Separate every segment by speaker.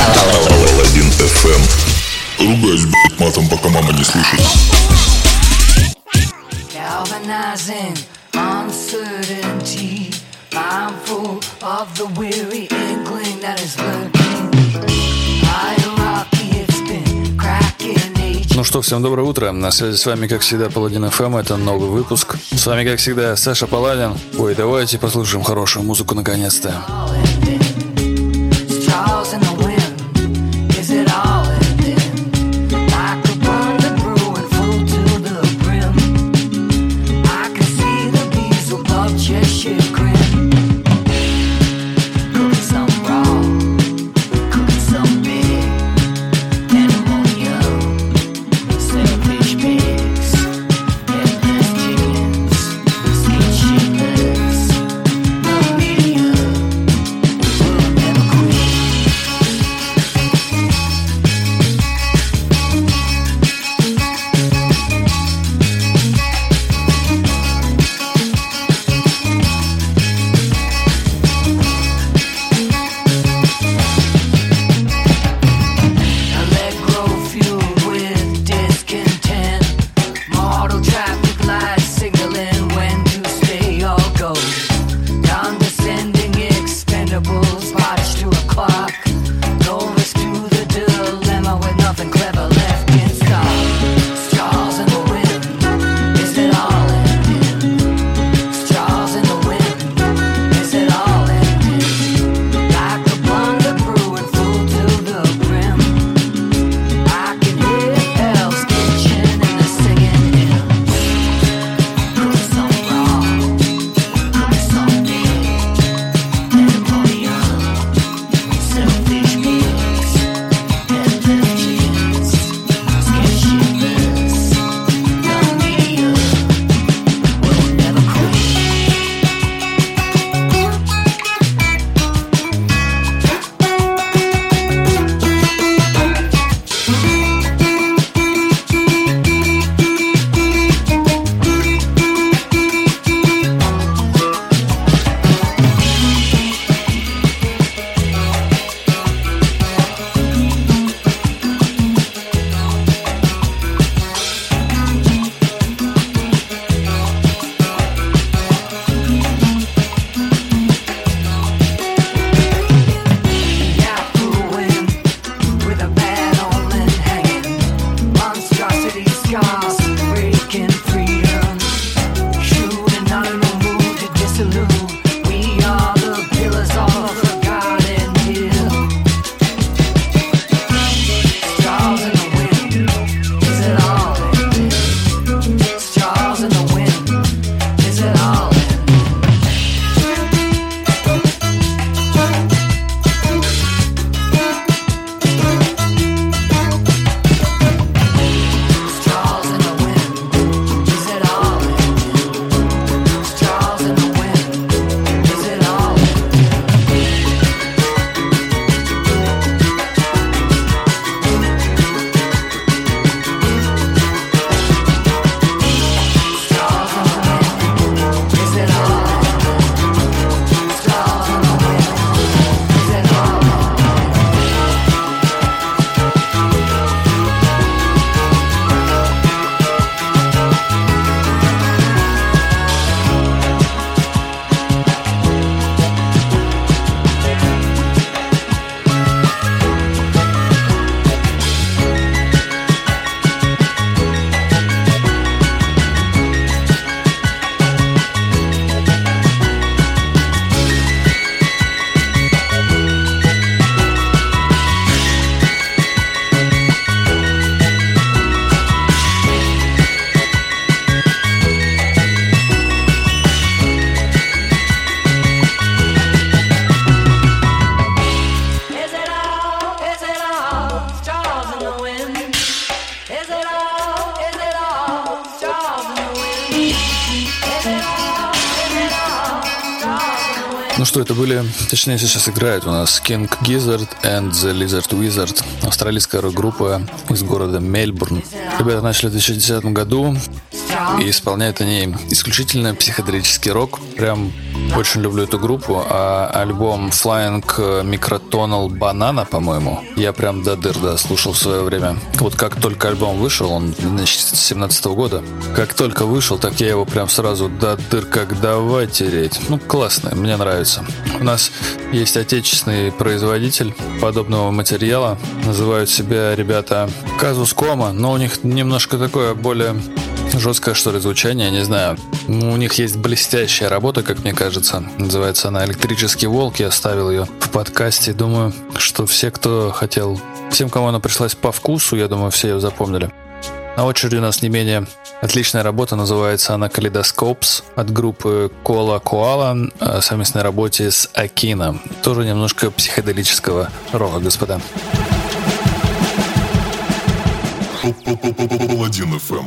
Speaker 1: Алладин FM. Ругаюсь, блять, матом, пока мама не слышит.
Speaker 2: Galvanizing uncertainty, mindful of the weary inkling that is lurking. Hierarchy, it's been cracking age.
Speaker 3: Ну что, всем доброе утро. На связи с вами, как всегда, Паладин FM. Это новый выпуск. С вами, как всегда, Саша Паладин. Ой, давайте послушаем хорошую музыку наконец-то. Ну что, это были, точнее сейчас играет у нас King Gizzard and the Lizard Wizard, австралийская рок-группа из города Мельбурн. Ребята начали в 2010 году, И исполняют они исключительно психоделический рок. Прям очень люблю эту группу. А альбом Flying Microtonal Banana, по-моему, я прям до дыр слушал в свое время. Вот как только альбом вышел, он 2017 года, как только вышел, так я его прям сразу до дыр как давай тереть. Ну, классно, мне нравится. У нас есть отечественный производитель подобного материала. Называют себя ребята Казус Кома, но у них немножко такое более жесткое, что ли, звучание, не знаю. У них есть блестящая работа, как мне кажется. Называется она «Электрический волк». Я оставил ее в подкасте. Думаю, что все, кто хотел... Всем, кому она пришлась по вкусу, я думаю, все ее запомнили. На очереди у нас не менее отличная работа. Называется она «Kaleidoscopes» от группы Кола Коала о совместной работе с Акино. Тоже немножко психоделического рока, господа.
Speaker 1: Паладин FM.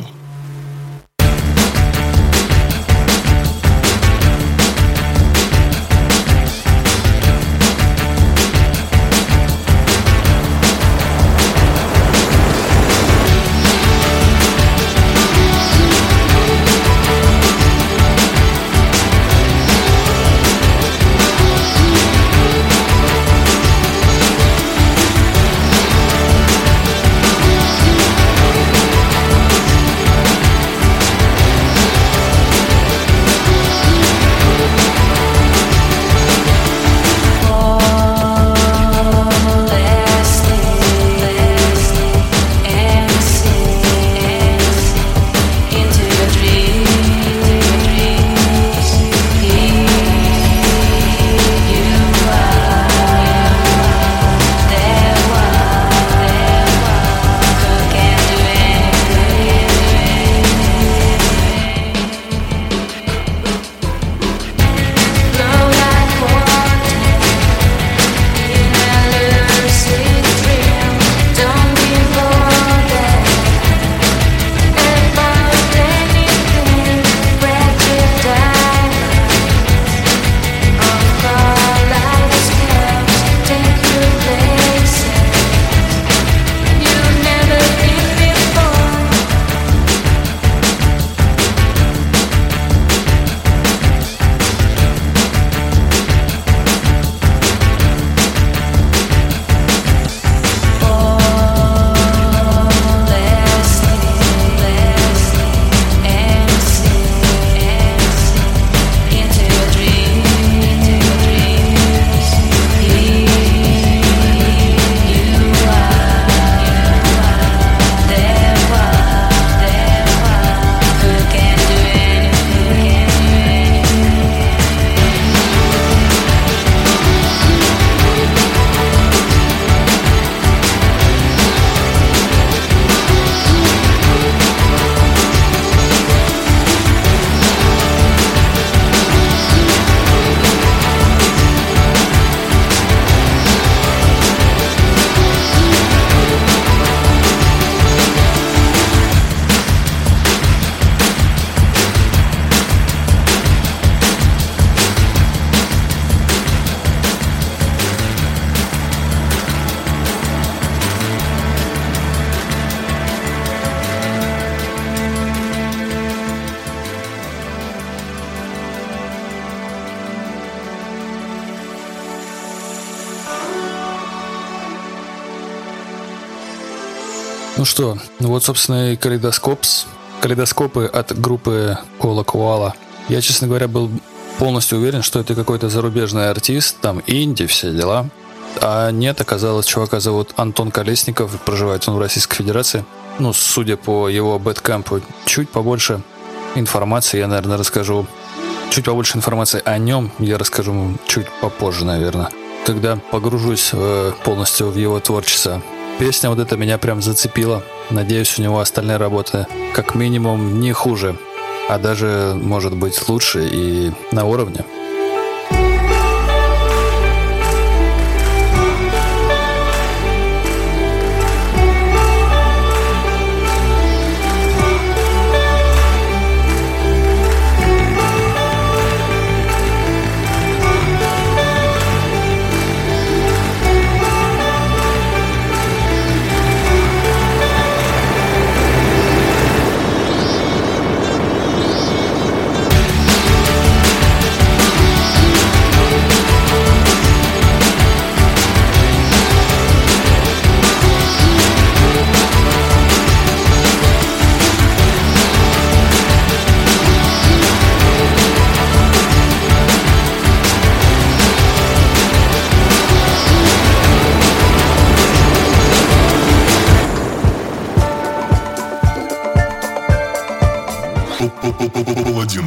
Speaker 3: Ну что, вот, собственно, и калейдоскопы от группы Кола Коала. Я, честно говоря, был полностью уверен, что это какой-то зарубежный артист, там инди, все дела. А нет, оказалось, чувака зовут Антон Колесников, проживает он в Российской Федерации. Ну, судя по его бэдкэмпу, чуть побольше информации я, наверное, расскажу. Чуть побольше информации о нем я расскажу чуть попозже, наверное, когда погружусь полностью в его творчество. Песня вот эта меня прям зацепила. Надеюсь, у него остальные работы как минимум не хуже, а даже, может быть, лучше и на уровне.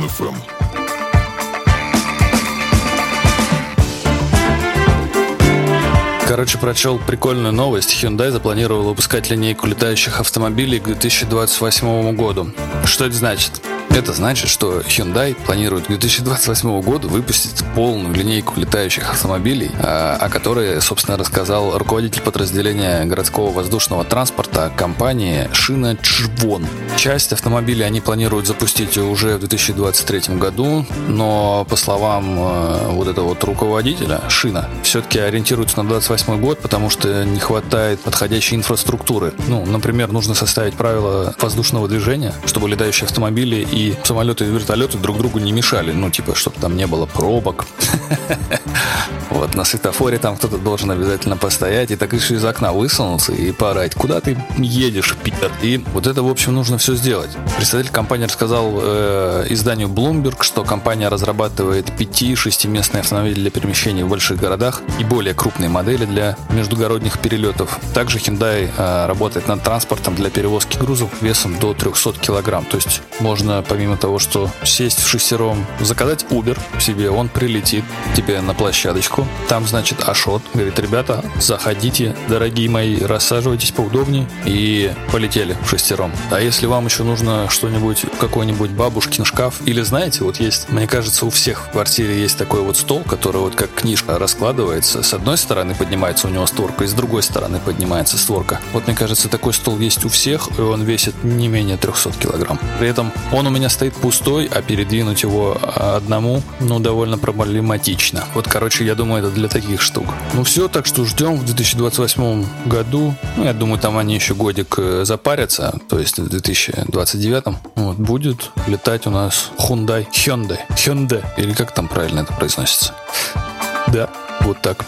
Speaker 1: FM.
Speaker 3: Короче, прочел прикольную новость. Hyundai запланировал выпускать линейку летающих автомобилей к 2028 году. Что это значит? Это значит, что Hyundai планирует к 2028 году выпустить полную линейку летающих автомобилей, о которой, собственно, рассказал руководитель подразделения городского воздушного транспорта компании Шина Чжвон. Часть автомобилей они планируют запустить уже в 2023 году, но, по словам вот этого вот руководителя Шина, все-таки ориентируются на 2028 год, потому что не хватает подходящей инфраструктуры. Ну, например, нужно составить правила воздушного движения, чтобы летающие автомобили и самолеты и вертолеты друг другу не мешали. Ну, типа, чтобы там не было пробок. Вот, на светофоре там кто-то должен обязательно постоять и так еще из окна высунуться и поорать: куда ты едешь, Питер? И вот это, в общем, нужно все сделать. Представитель компании рассказал изданию Bloomberg, что компания разрабатывает 5-6-местные автомобили для перемещения в больших городах и более крупные модели для междугородних перелетов. Также Hyundai работает над транспортом для перевозки грузов весом до 300 килограмм. То есть можно, помимо того, что сесть в шестером, заказать Uber себе, он прилетит тебе на площадочку. Там, значит, Ашот говорит: ребята, заходите, дорогие мои, рассаживайтесь поудобнее, и полетели в шестером. А если вам еще нужно что-нибудь, какой-нибудь бабушкин шкаф, или, знаете, вот есть, мне кажется, у всех в квартире есть такой вот стол, который вот как книжка раскладывается. С одной стороны поднимается у него створка, и с другой стороны поднимается створка. Вот, мне кажется, такой стол есть у всех, и он весит не менее 300 килограмм. При этом он у меня стоит пустой, а передвинуть его одному, ну, довольно проблематично. Вот, короче, я думаю, это для таких штук. Ну, все, так что ждем в 2028 году. Ну, я думаю, там они еще годик запарятся, то есть в 2029 вот, будет летать у нас Hyundai, или как там правильно это произносится. Да, вот так.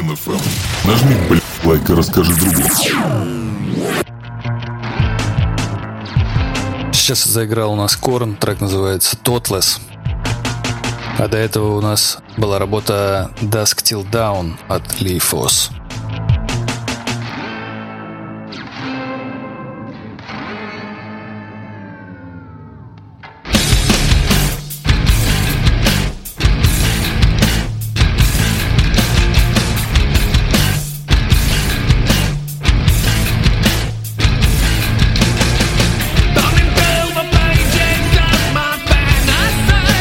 Speaker 1: Озон FM. Нажми, блядь, лайк и расскажи другу.
Speaker 3: Сейчас заиграл у нас Корн, трек называется Totless. А до этого у нас была работа Dusk Till Dawn от Lee Foss.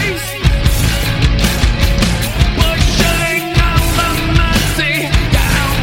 Speaker 4: Down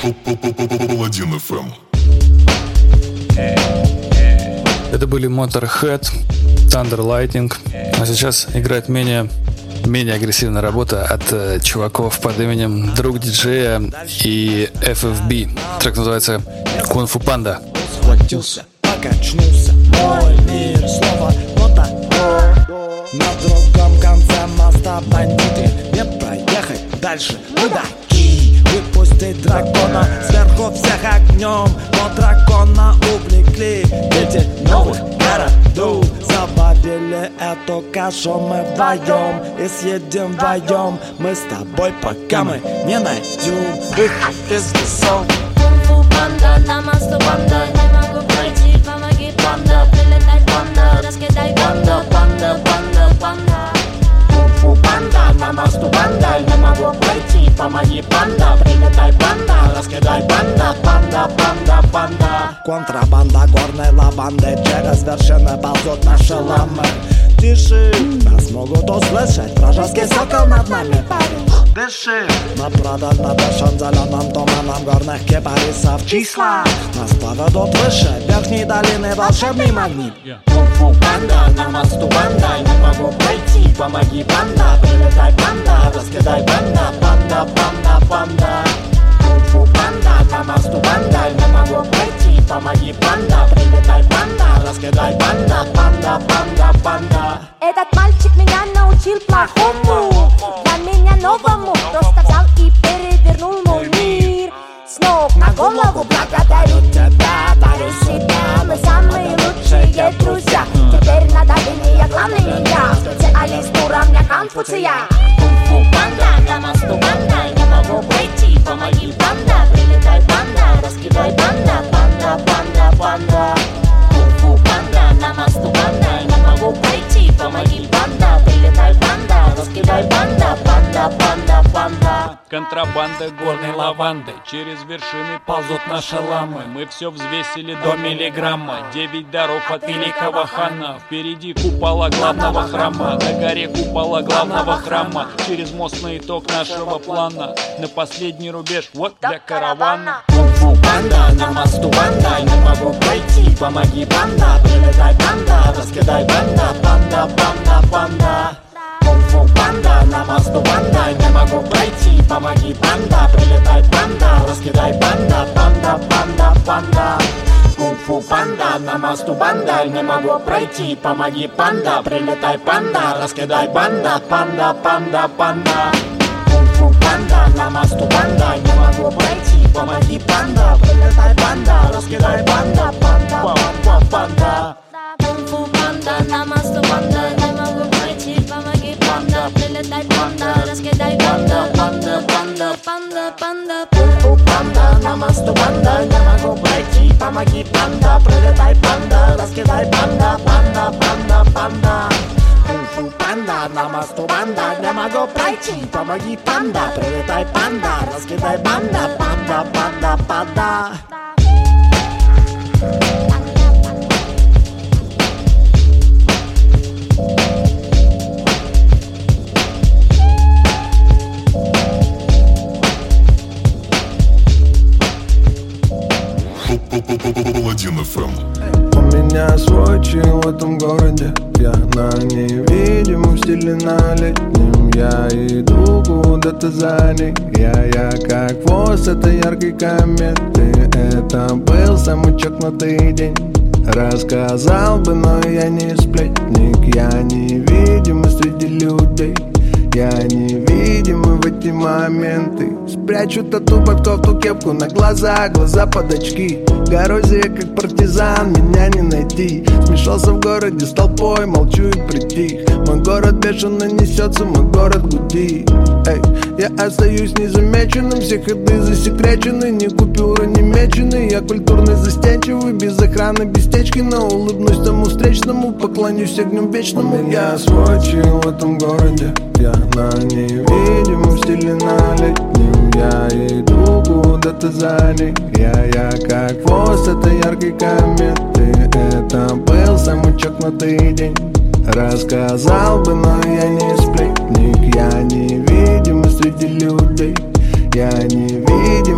Speaker 1: Паладин FM.
Speaker 3: Это были Motorhead, Thunder Lightning. А сейчас играет менее агрессивная работа от чуваков под именем Друг Диджея и FFB. Трек называется Кунг-фу Панда.
Speaker 4: Схватился, покачнулся мой мир, слово нота. На другом конце моста бандиты, не проехать дальше, мудаки. Выпустить дракона сверху всех огнем, но дракона увлекли дети новых городов. Забавили эту кашу мы вдвоем и съедим вдвоем мы с тобой, пока мы не найдем выход из лесов.
Speaker 5: Кунг-фу панда, на мосту панда, не могу пройти, помоги панда, прилетай панда, раскидай панда, панда, панда, панда.
Speaker 4: Кунг-фу панда, на мосту панда, не могу пройти, помоги панда, прилетай панда, раскидай панда, панда, панда, панда. Контрабанда горной лаванды, через вершины ползут наши ламы. Тише, нас могут услышать, вражеский сокол над нами парит. Дыши, над продано дышим зеленым туманом горных кипарисов. Числа нас поведут выше верхней долины волшебный магнит. Кунг-фу панда, на мосту панда, не могу пройти, помоги панда, прилетай панда, раскидай панда, панда, панда, панда. Кунг-фу панда, на мосту панда, не могу пройти, помоги панда, прилетай панда, раскидай панда, панда, панда, панда.
Speaker 5: Этот мальчик меня научил плохому, для меня новому, просто взял и перевернул мой мир с ног на голову. Благодарю тебя, дарю себя, мы самые лучшие друзья. Теперь на долине я главный я, специалист уровня Конфуция.
Speaker 4: Кунг-фу панда, на мосту панда, не могу пройти, помоги панда, прилетай панда, раскидай панда, панда, панда, панда. Кунг-фу панда, на мосту панда, не могу пройти, помоги панда, прилетай панда, раскидай панда, панда, панда, панда.
Speaker 6: Контрабанда горной лаванды, через вершины ползут наши ламы. Мы все взвесили до миллиграмма, 9 даров от великого хана. Впереди купола главного храма, на горе купола главного храма. Через мост на итог нашего плана, на последний рубеж, вот для каравана.
Speaker 4: Кунг-фу панда, на мосту панда, не могу пройти, помоги панда, прилетай панда, раскидай панда, панда, панда, панда. Кунг-фу панда, на мосту панда, не могу пройти, помоги панда, прилетай панда, раскидай панда, панда, панда, панда. Кунг-фу панда, на мосту панда, не могу пройти, помоги панда, прилетай панда, раскидай панда, панда, панда, панда. Кунг-фу панда, на мосту панда, не могу пройти, помоги панда, прилетай панда, раскидай панда, панда, панда, панда.
Speaker 5: Кунг-фу панда, на мосту панда, не могу пройти, помоги панда, прилетай панда, раскидай панда, панда, панда, панда, панда.
Speaker 4: Кунг-фу панда, на мосту панда, не могу пройти, помоги панда, прилетай панда, раскидай панда, панда, панда, панда. Кунг-фу панда, на мосту панда, не могу пройти, помоги панда, прилетай панда, раскидай панда, панда, панда, панда.
Speaker 1: Паладин FM.
Speaker 7: У меня свой чил в этом городе. Я на невидимом стиле на летнем. Я иду куда-то за ней. Я как хвост этой яркой кометы. Это был самый чокнутый день. Рассказал бы, но я не сплетник. Я невидимый среди людей. Я невидимый в эти моменты. Спрячу тату под кофту, кепку на глаза, глаза под очки. Горозия как партизан, меня не найти. Смешался в городе с толпой, молчу и притих. Мой город бешено несется, мой город гудит. Эй, я остаюсь незамеченным, все ходы засекречены. Ни купюры, ни мечены. Я культурный, застенчивый, без охраны, без течки. Но улыбнусь тому встречному, поклонюсь огнем вечному. У меня свой чил в этом городе. Я на невидимом стиле на летнем. Я иду куда-то за ней. Я как хвост этой яркой кометы. Это был самый чокнутый день. Рассказал бы, но я не сплетник. Я невидимый среди людей. Я невидимый в эти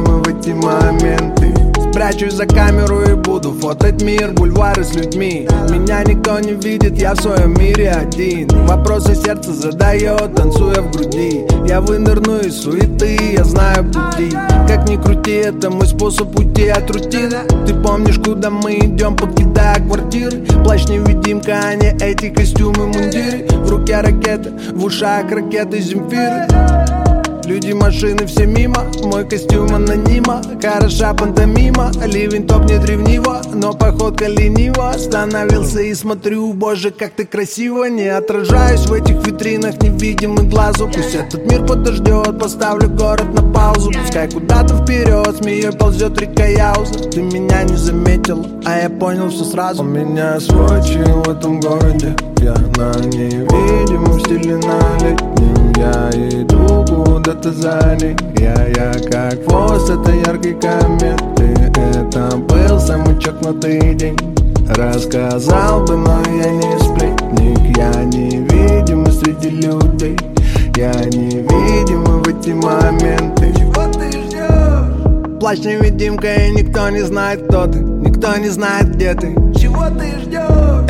Speaker 7: эти моменты. Спрячусь за камеру и буду фотать мир, бульвары с людьми. Меня никто не видит, я в своем мире один. Вопросы сердце задает, танцуя в груди. Я вынырну из суеты, я знаю пути. Как ни крути, это мой способ уйти от рутины. Ты помнишь, куда мы идем, покидая квартиры? Плащ-невидимка, а не эти костюмы, мундиры. В руке ракеты, в ушах ракеты Земфиры. Люди, машины, все мимо. Мой костюм анонима. Хороша пантомима. Ливень топнет ревниво, но походка ленива. Остановился и смотрю, боже, как ты красиво. Не отражаюсь в этих витринах, невидимый глазу. Пусть этот мир подождет, поставлю город на паузу. Пускай куда-то вперед, змеей ползет река Яуза. Ты меня не заметила, а я понял все сразу. У меня свой чил в этом городе. Я на невидимом стиле на летнем. Я иду куда-то за ней. Я как хвост этой яркой кометы. Это был самый чокнутый день. Рассказал бы, но я не сплетник. Я невидимый среди людей. Я невидимый в эти моменты. Чего ты ждешь? Плащ-невидимка, и никто не знает, кто ты. Никто не знает, где ты. Чего ты ждешь?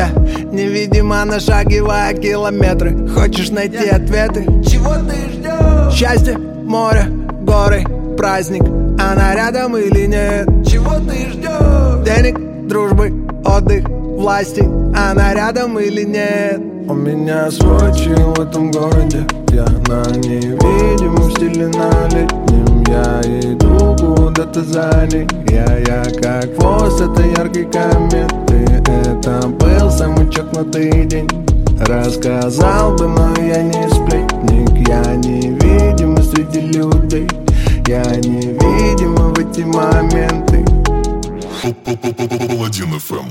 Speaker 7: Невидимо нашагивая километры. Хочешь найти ответы? Чего ты ждешь? Счастье, море, горы, праздник. Она рядом или нет? Чего ты ждешь? Денег, дружбы, отдых, власти. Она рядом или нет? У меня свой чил в этом городе. Я на невидимом стиле на летнем. Я иду куда-то за ней. Я как хвост этой яркой кометы. Это был самый чокнутый день. Рассказал бы, но я не сплетник. Я невидимый среди людей. Я невидимый в эти моменты.
Speaker 1: Паладин FM.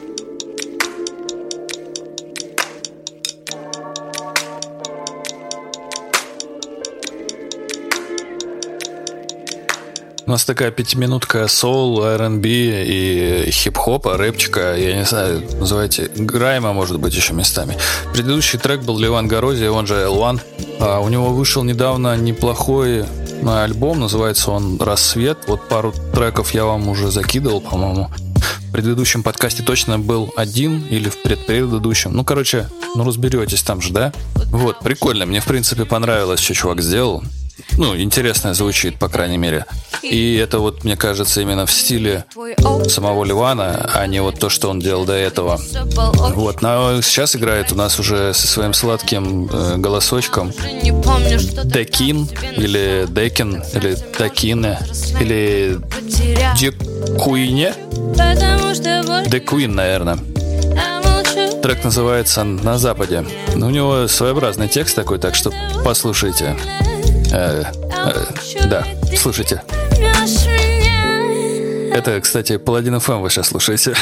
Speaker 3: У нас такая 5-минутка соул, R&B и хип-хопа, рэпчика, я не знаю, называйте грайма, может быть, еще местами. Предыдущий трек был Леван Горозия, он же L1. У него вышел недавно неплохой альбом, называется он «Рассвет». Вот пару треков я вам уже закидывал, по-моему. В предыдущем подкасте точно был один или в предпредыдущем. Ну, короче, разберетесь там же, да? Вот, прикольно, мне, в принципе, понравилось, что чувак сделал. Интересно звучит, по крайней мере. И это вот, мне кажется, именно в стиле самого Ливана, а не вот то, что он делал до этого. Вот, но сейчас играет у нас уже со своим сладким голосочком Декин, или Декин, или Декине, или Декуине. Декуин, наверное. Трек называется «На западе». У него своеобразный текст такой, так что послушайте. Да, слушайте. Это, кстати, Паладин FM вы сейчас слушаете.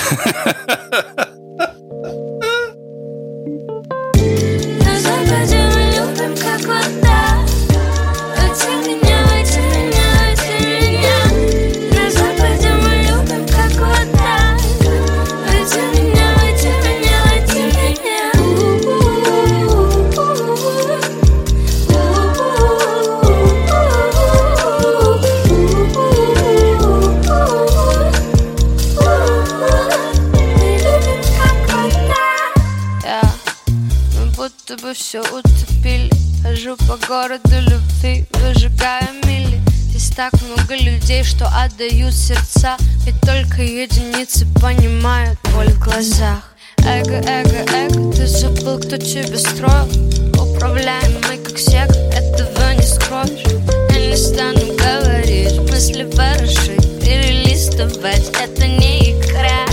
Speaker 8: Все утопили, хожу по городу любви, выжигая мили. Здесь так много людей, что отдают сердца, ведь только единицы понимают боль в глазах. Эго, эго, эго, ты забыл, кто тебя строил. Управляемый как сега, этого не скроешь. Я не стану говорить, мысли ворошить, перелистывать, это не игра.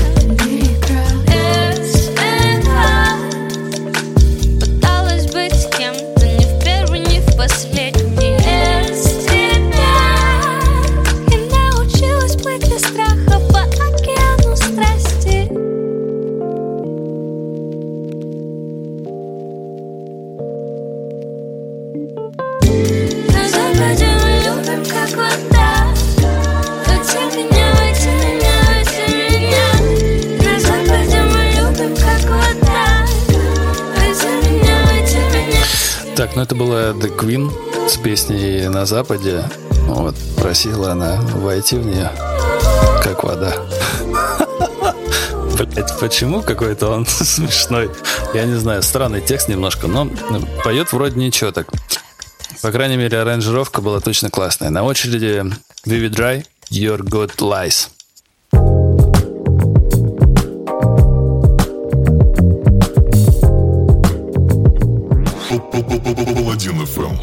Speaker 8: Так, это была The Queen с песней «На западе».
Speaker 3: Вот, просила она войти в нее, как вода. Блять, почему какой-то он смешной? Я не знаю, странный текст немножко, но поет вроде ничего так. По крайней мере, аранжировка была точно классная. На очереди Vivid Dry, Your Good Lies.
Speaker 1: Паладин FM.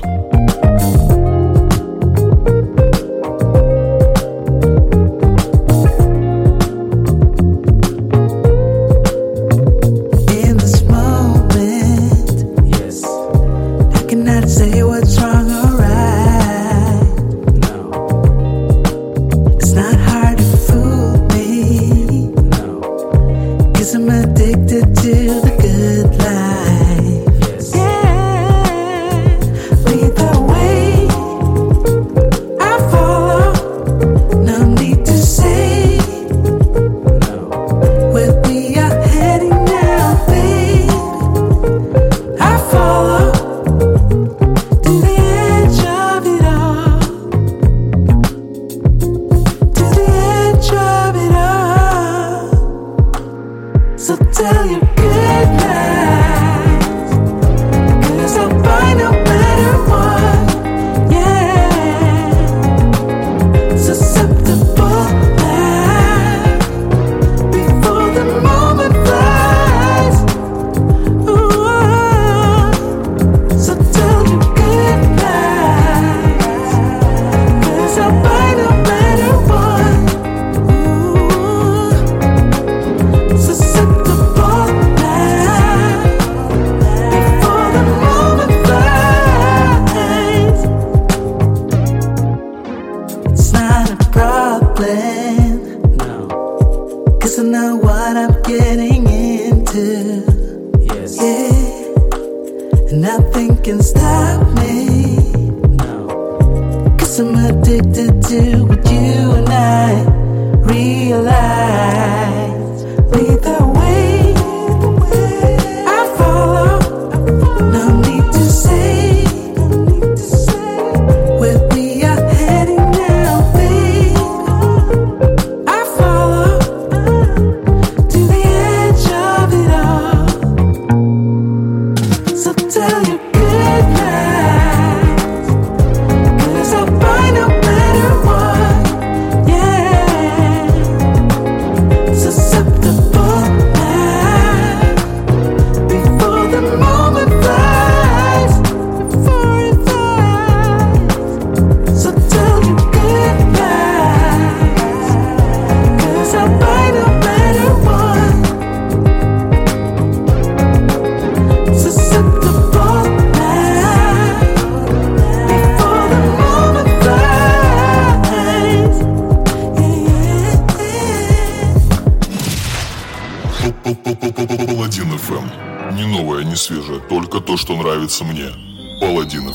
Speaker 1: Паладин FM. Не новое, не свежее, только то, что нравится мне. Паладин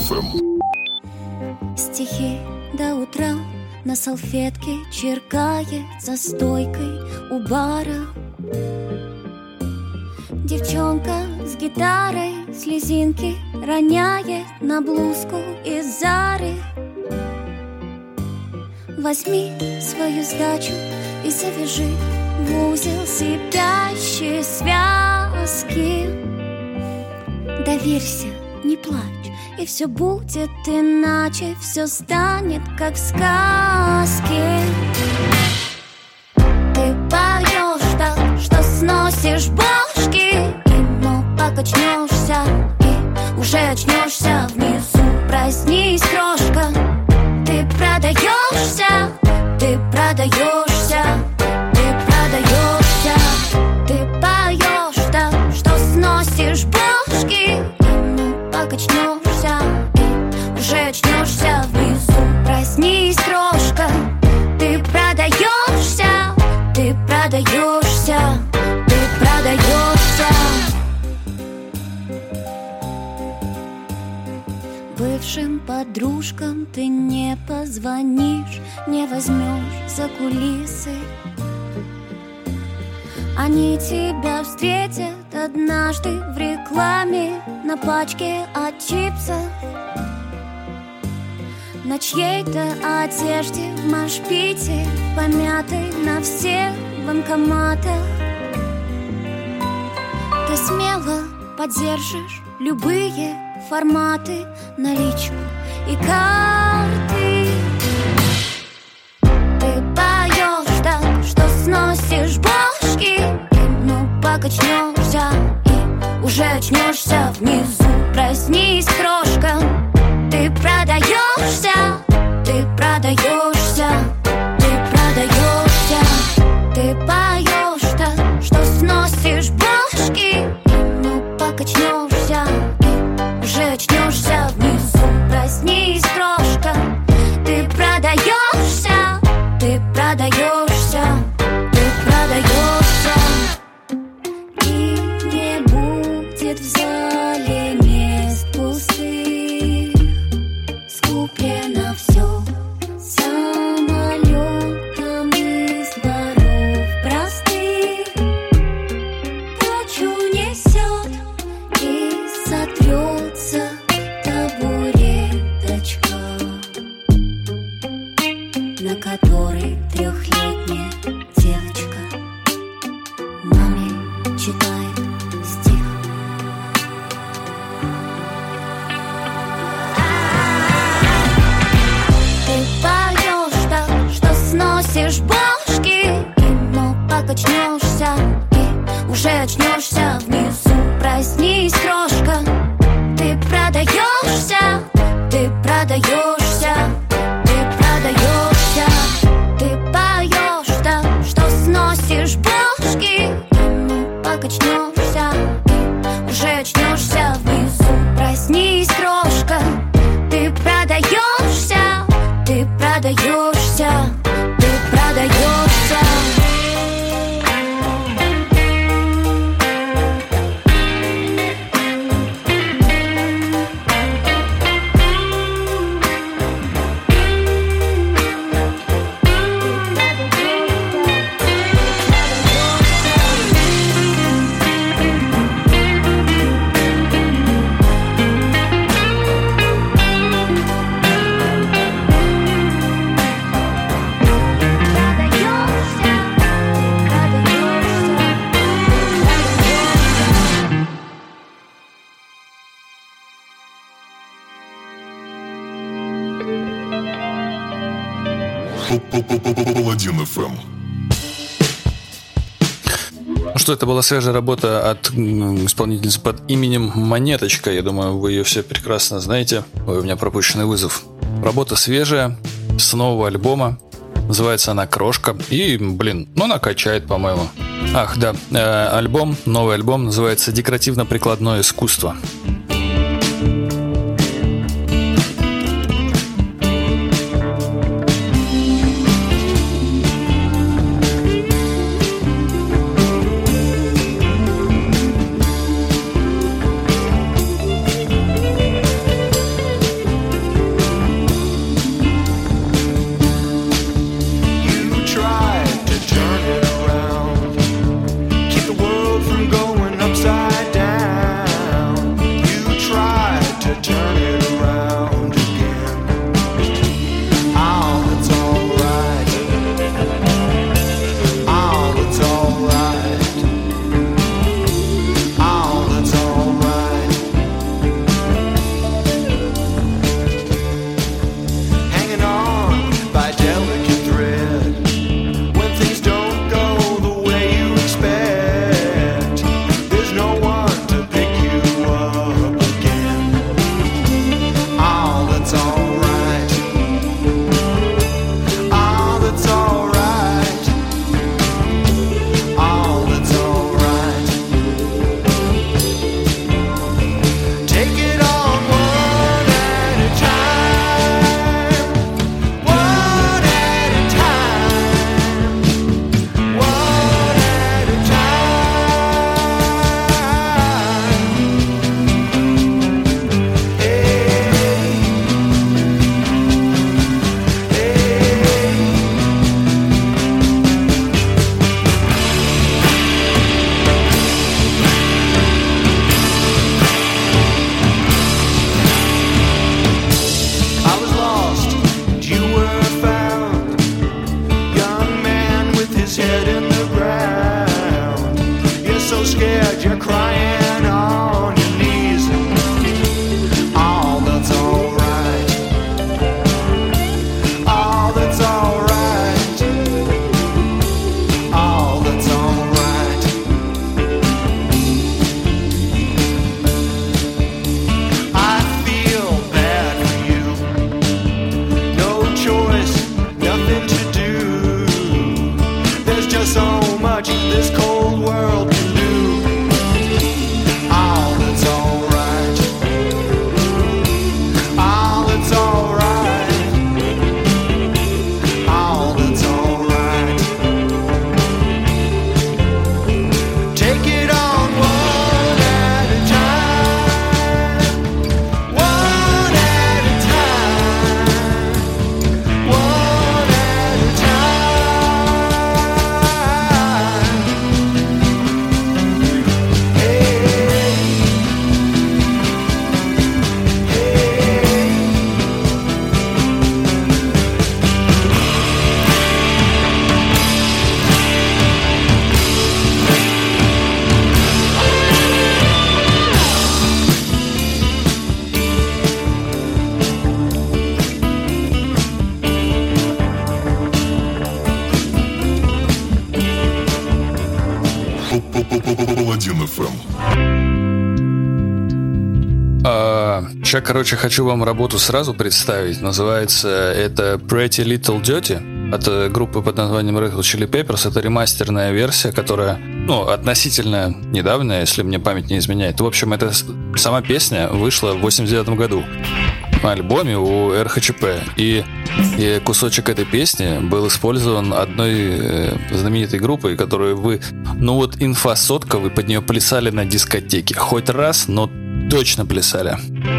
Speaker 1: FM.
Speaker 9: Стихи до утра на салфетке черкает за стойкой у бара. Девчонка с гитарой слезинки роняет на блузку из Зары. Возьми свою сдачу и завяжи в узел сипящие связки. Доверься, не плачь, и все будет иначе, все станет как в сказке. Ты поешь так, что сносишь бошки, и но покачнешься, и уже очнешься внизу. Проснись, крошка, ты продаешься, ты продаешься, ты продаешься. Ты поешь так, что сносишь бошки, и ну покачнешься, и уже очнешься внизу. Проснись, крошка, ты продаешься, ты продаешься, ты продаешься. Бывшим подружкам ты не позвонишь, не возьмешь за кулисы. Они тебя встретят однажды в рекламе на пачке от чипсов. на чьей-то одежде в машпите, помятой на всех банкоматах. Ты смело поддержишь любые форматы, наличку и карты. Ты поешь так, что сносишь бошки, ну покачнешься и уже очнешься внизу. Проснись, крошка, ты продаешься, ты продаешься, ты продаешься. Ты поешь так, что сносишь бошки, ну покачнешься и уже очнешься внизу. Проснись, крошка, ты продаешься, ты продаешься, ты продаешься. И не будет в зале мест пустых, скуплено все самолетом из дворов простых. Прочь унесет и сотрется табуреточка, на которой трехлетняя девочка маме читает стих. Ты поешь так, что сносишь бошки, но покачнешься и уже очнешься внизу. Проснись, крошка, ты продаешься, ты продаешься, ты продаешься. Ты поешь так, что сносишь бошки, ну покачнешься и уже очнешься внизу. Проснись, крошка, ты продаешься, ты продаешься, ты продаешься.
Speaker 1: Паладин FM.
Speaker 3: Ну что, это была свежая работа от исполнительницы под именем Монеточка. Я думаю, вы ее все прекрасно знаете. Ой, у меня пропущенный вызов. Работа свежая, с нового альбома. Называется она «Крошка». И, ну она качает, по-моему. Ах, да, новый альбом называется «Декоративно-прикладное искусство».
Speaker 7: Keep the world from going upside down.
Speaker 1: FM.
Speaker 3: Сейчас, короче, хочу вам работу сразу представить. Называется это Pretty Little Dirty от группы под названием Red Hot Chili Peppers. Это ремастерная версия, которая, относительно недавняя, если мне память не изменяет. В общем, это сама песня вышла в 89 году на альбоме у РХЧП. И кусочек этой песни был использован одной знаменитой группой, которую вы, инфосотка, вы под нее плясали на дискотеке. Хоть раз, но точно плясали.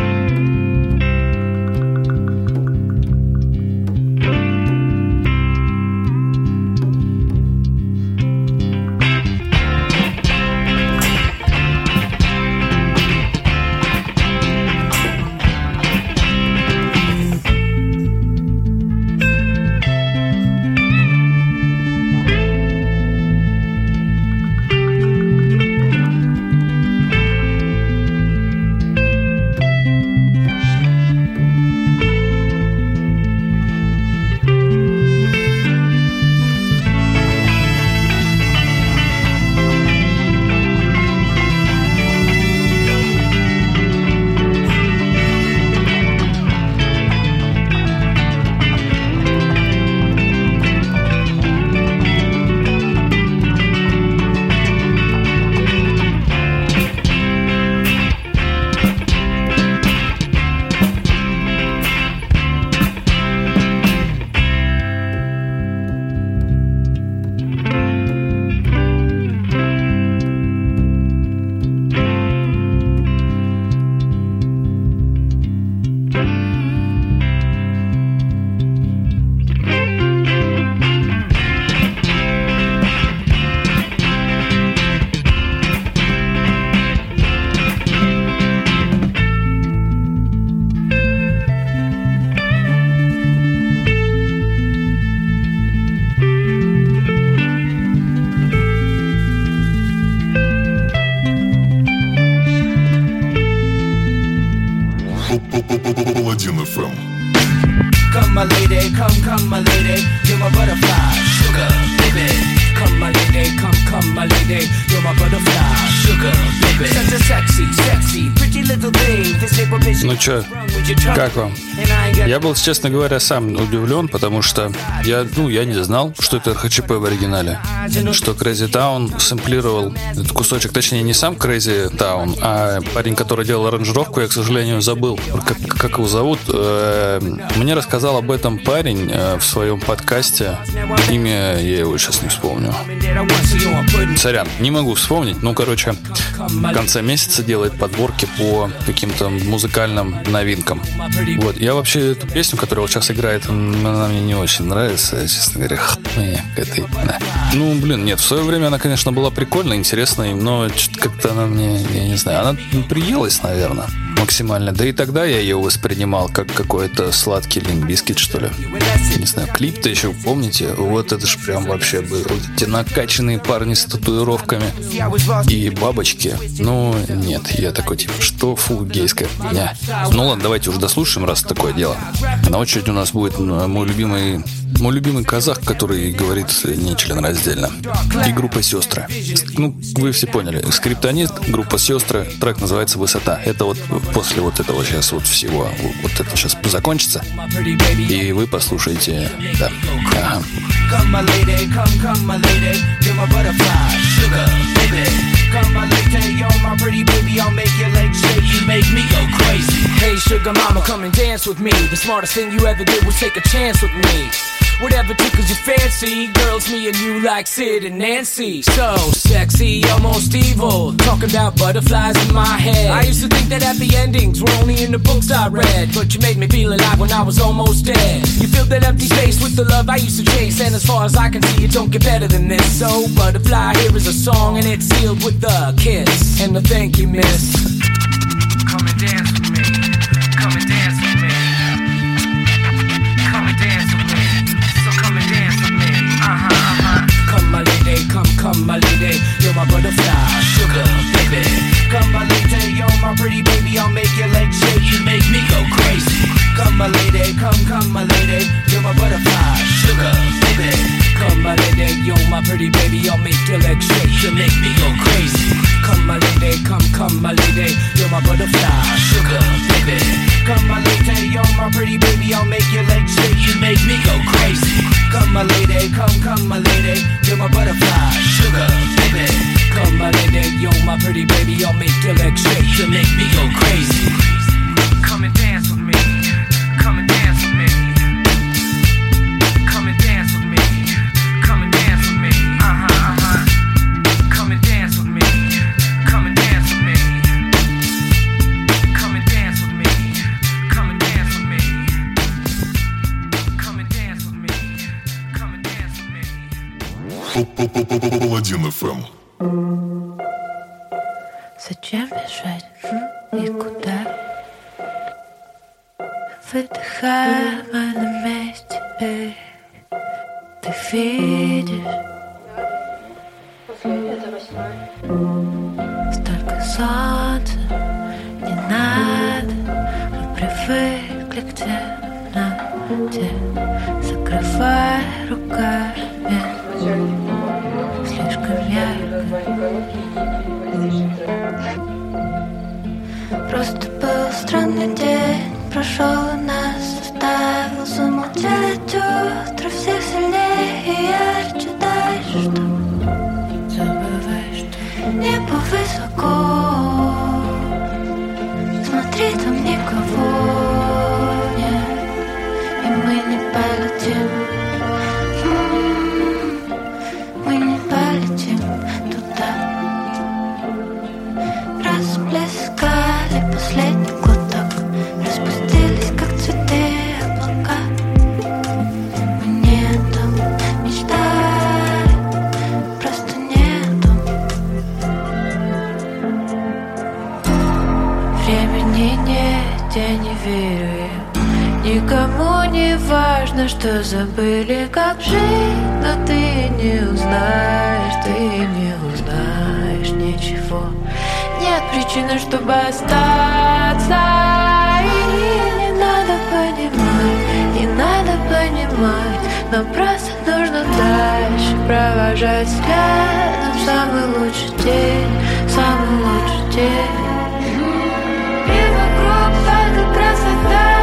Speaker 1: Паладин FM.
Speaker 4: Come my lady, come my lady, you're my butterfly, sugar baby. Come my lady, come my lady, you're my butterfly, sugar baby. Such a sexy, pretty little thing.
Speaker 3: Ну чё, как вам? Я был, честно говоря, сам удивлен, потому что я не знал, что это РХЧП в оригинале. Что Crazy Town сэмплировал этот кусочек, точнее не сам Crazy Town, а парень, который делал аранжировку, я, к сожалению, забыл, как его зовут. Мне рассказал об этом парень в своем подкасте. Имя я его сейчас не вспомню. Сорян, не могу вспомнить. В конце месяца делает подборки по каким-то музыкальным новинкам. Вот. Я вообще эту песню, которая вот сейчас играет, она мне не очень нравится, честно говоря. Нет, в свое время она, конечно, была прикольной, интересной, но как-то она мне, я не знаю, она приелась, наверное, максимально. Да и тогда я ее воспринимал как какой-то сладкий Limp Bizkit, что ли. Не знаю, клип-то еще, помните? Вот это ж прям вообще был. Эти накачанные парни с татуировками и бабочки. Нет, я такой, что, гейская хуйня. Ладно, давайте уже дослушаем, раз такое дело. На очередь у нас будет мой любимый казах, который говорит нечленораздельно. И группа «Сестры». Вы все поняли. Скриптонист, группа «Сестры», трек называется «Высота». Это вот после вот этого сейчас вот всего, вот это сейчас закончится, и вы послушаете, да. Ага. Come my lady, you're my butterfly, sugar, baby. Come my lady, you're my pretty baby, I'll make your legs shake, you make me go crazy.
Speaker 4: Hey sugar mama, come and dance with me. The smartest thing you ever did was take a chance with me. Whatever tickles your fancy, girls, me and you like Sid and Nancy. So sexy, almost evil, talking about butterflies in my head. I used to think that happy endings were only in the books I read, but you made me feel alive when I was almost dead. You filled that empty space with the love I used to chase, and as far as I can see, it don't get better than this. So butterfly, here is a song, and it's sealed with a kiss and a thank you, miss. Come and dance with me, come and dance with me, come and dance with me. Come my lady, come my lady, you're my butterfly, sugar baby. Come my lady, you're my pretty baby, I'll make your legs shake, you make me go crazy. Come my lady, come my lady, you're my butterfly, sugar baby. Come my lady, you're my pretty baby, I'll make your legs shake, you make me go crazy. Come my lady.
Speaker 10: come my lady, you're my butterfly, sugar baby. Come my lady, you're my pretty baby, I'll make your legs shake, you make me go crazy. Come my lady, come my lady, you're my butterfly, sugar baby. Come my lady, you're my pretty baby, I'll make your legs shake, you make me go crazy. Come and dance with me, come and dance with me. Come and dance with me, come and dance with me. Come and dance with me, come and dance with me. Come and dance with me, come and dance with me. Come and dance with me, come and dance with me.
Speaker 1: Паладин FM.
Speaker 2: Зачем бежать и куда? Выдыхаем на месте, эй. Ты видишь? Столько солнца не надо. Мы привыкли к темноте. Закрывай руками. Слишком ярко. Просто был странный день, прошел и нас заставил замолчать утро всех сильнее и ярче дальше, что забывай, что небо высоко, смотри, там никого нет, и мы не полетим, мы не полетим туда. Расплескали последний глоток, распустились, как цветы, облака. Мы не о том мечтали, просто не о том. Времени нет, я не верю я. Никому не важно, что забыли, как жить, но ты не узнаешь ничего. Нет причины, чтобы остаться. И не надо понимать, нам просто нужно дальше провожать взглядом самый лучший день. И вокруг только красота.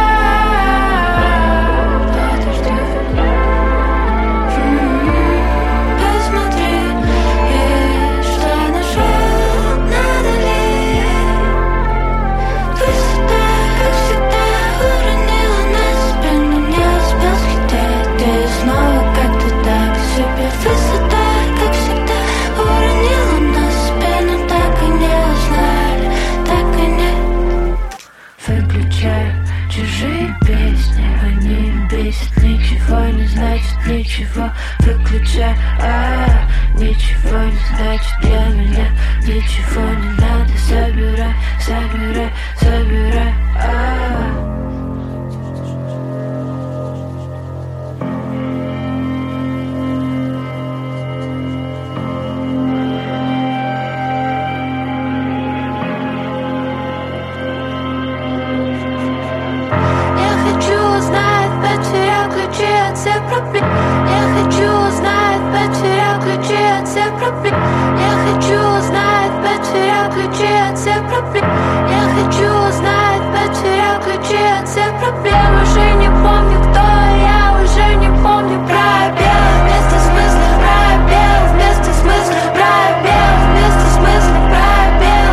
Speaker 2: Ничего, выключай, ничего не значит для меня. Ничего не надо, собирай. Я хочу узнать, потерял ключи от всех проблем. Я хочу узнать, потерял ключи от всех проблем. Я хочу узнать, потерял ключи от всех проблем. Я хочу узнать, потерял ключи от всех проблем. Уже не помню, кто я, уже не помню пробел. Вместо смысла пробел, вместо смысла пробел, вместо смысла пробел.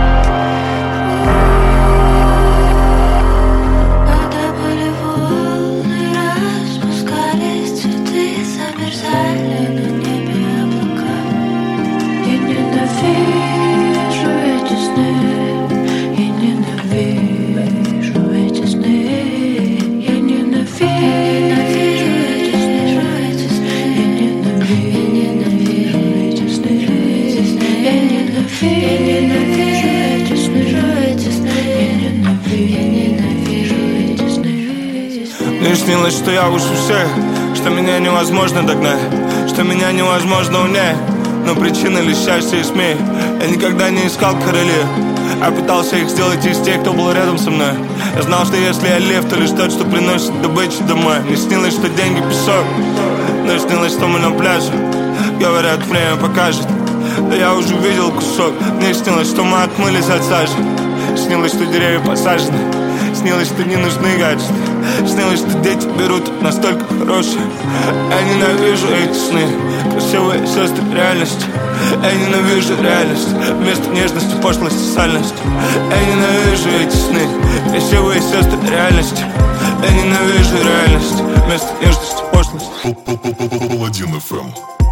Speaker 2: Когда были волны, распускались цветы, замерзали на небе облака. Я ненавижу эти сны, я ненавижу эти сны, я ненавижу эти сны, я ненавижу эти сны, я ненавижу эти сны, я ненавижу эти сны.
Speaker 11: Мне снилось, что я лучше всех, что меня невозможно догнать, что меня невозможно унять. Но причина лишь счастья и смех. Я никогда не искал королев, а пытался их сделать из тех, кто был рядом со мной. Я знал, что если я лев, то лишь тот, что приносит добычу домой. Мне снилось, что деньги песок, но снилось, что мы на пляже. Говорят, время покажет. я уже видел кусок. Мне снилось, что мы отмылись от сажи. Снилось, что деревья посажены. Снилось, что не нужны гаджеты. Снилось, что дети берут настолько хорошие. Я ненавижу эти сны. Красивые сестры реальности. Я ненавижу реальность. Вместо нежности пошлость и сальность. Я ненавижу эти сны. Красивые сестры реальности. Я ненавижу реальность. Вместо нежности пошлость.
Speaker 1: Паладин FM.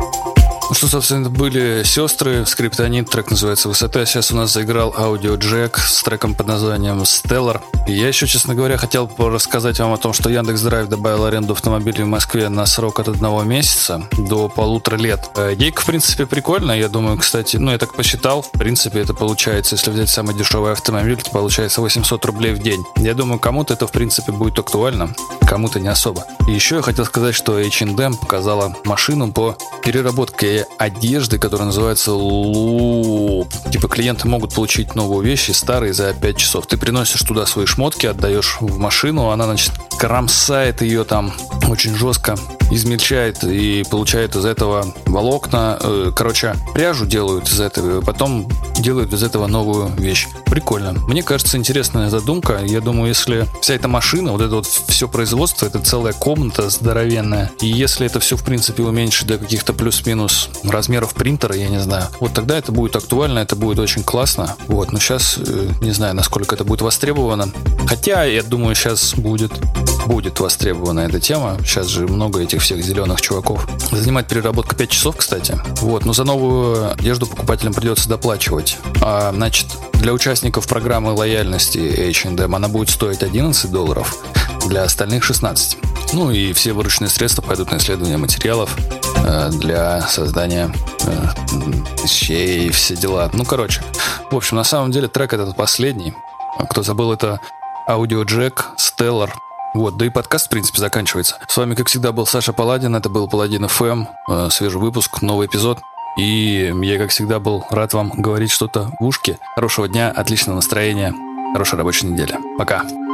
Speaker 3: Ну что, собственно, это были сестры, Скриптонит, трек называется «Высота». Сейчас у нас заиграл Audio Jack с треком под названием «Stellar». И я еще, честно говоря, хотел рассказать вам о том, что Яндекс.Драйв добавил аренду автомобилей в Москве на срок от 1 месяца до 1,5 лет. Идейка, в принципе, прикольная. Я думаю, кстати, я так посчитал, в принципе, это получается, если взять самый дешевый автомобиль, то получается 800 рублей в день. Я думаю, кому-то это, в принципе, будет актуально, кому-то не особо. И еще я хотел сказать, что H&M показала машину по переработке одежды, которая называется Loop. Типа клиенты могут получить новые вещи, старые, за 5 часов. Ты приносишь туда свои шмотки, отдаешь в машину, она, значит, кромсает ее там очень жестко, измельчает и получает из этого волокна. Пряжу делают из этого, и потом делают из этого новую вещь. Прикольно. Мне кажется, интересная задумка. Я думаю, если вся эта машина, вот это вот все производство, это целая комната здоровенная, и если это все, в принципе, уменьшить до каких-то плюс-минус размеров принтера, я не знаю, вот тогда это будет актуально, это будет очень классно. Вот, но сейчас не знаю, насколько это будет востребовано. Хотя, я думаю, сейчас будет востребована эта тема. Сейчас же много этих всех зеленых чуваков. Занимает переработка 5 часов, кстати. Вот, но за новую одежду покупателям придется доплачивать. Значит, для участников программы лояльности H&M она будет стоить $11, для остальных 16. Ну и все вырученные средства пойдут на исследование материалов для создания вещей и все дела. В общем, на самом деле трек этот последний. Кто забыл, это Audio Jack, Stellar. Вот, да и подкаст, в принципе, заканчивается. С вами, как всегда, был Саша Паладин. Это был Паладин FM. Свежий выпуск, новый эпизод. И я, как всегда, был рад вам говорить что-то в ушки. Хорошего дня, отличного настроения, хорошей рабочей недели. Пока.